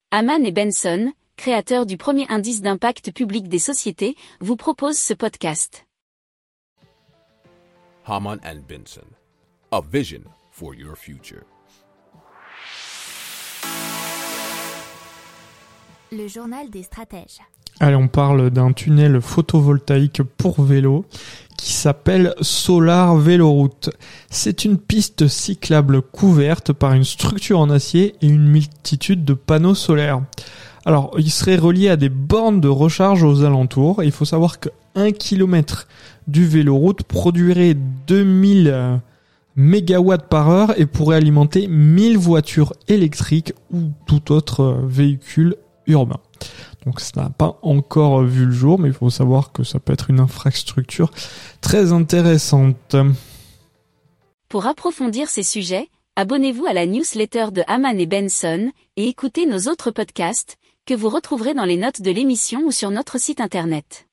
Hamann et Benson, créateurs du premier indice d'impact public des sociétés, vous proposent ce podcast. Hamann and Benson, a vision for your future. Le journal des stratèges. Allez, on parle d'un tunnel photovoltaïque pour vélo qui s'appelle Solar Véloroute. C'est une piste cyclable couverte par une structure en acier et une multitude de panneaux solaires. Alors, il serait relié à des bornes de recharge aux alentours. Il faut savoir que 1 km du véloroute produirait 2000 mégawatts par heure et pourrait alimenter 1000 voitures électriques ou tout autre véhicule urbain. Donc ça n'a pas encore vu le jour, mais il faut savoir que ça peut être une infrastructure très intéressante. Pour approfondir ces sujets, abonnez-vous à la newsletter de Hamann et Benson et écoutez nos autres podcasts que vous retrouverez dans les notes de l'émission ou sur notre site internet.